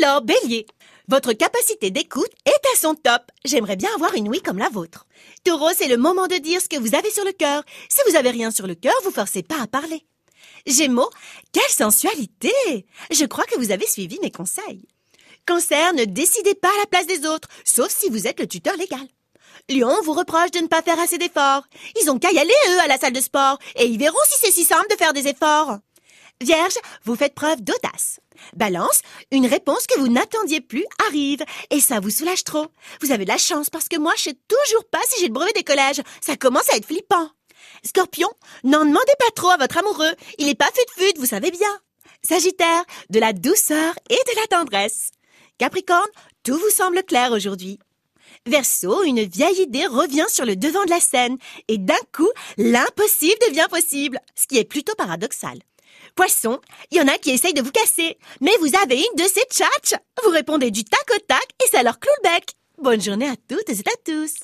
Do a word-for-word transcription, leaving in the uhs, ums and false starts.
Alors, Bélier, votre capacité d'écoute est à son top. J'aimerais bien avoir une ouïe comme la vôtre. Taureau, c'est le moment de dire ce que vous avez sur le cœur. Si vous avez rien sur le cœur, vous forcez pas à parler. Gémeaux, quelle sensualité! Je crois que vous avez suivi mes conseils. Cancer, ne décidez pas à la place des autres, sauf si vous êtes le tuteur légal. Lion vous reproche de ne pas faire assez d'efforts. Ils ont qu'à y aller, eux, à la salle de sport, et ils verront si c'est si simple de faire des efforts. Vierge, vous faites preuve d'audace. Balance, une réponse que vous n'attendiez plus arrive, et ça vous soulage trop. Vous avez de la chance parce que moi, je sais toujours pas si j'ai le brevet des collèges. Ça commence à être flippant. Scorpion, n'en demandez pas trop à votre amoureux. Il est pas fut-fut, vous savez bien. Sagittaire, de la douceur et de la tendresse. Capricorne, tout vous semble clair aujourd'hui. Verseau, une vieille idée revient sur le devant de la scène, et d'un coup, l'impossible devient possible, ce qui est plutôt paradoxal. Poisson, il y en a qui essayent de vous casser, mais vous avez une de ces tchatches. Vous répondez du tac au tac et ça leur cloue le bec. Bonne journée à toutes et à tous.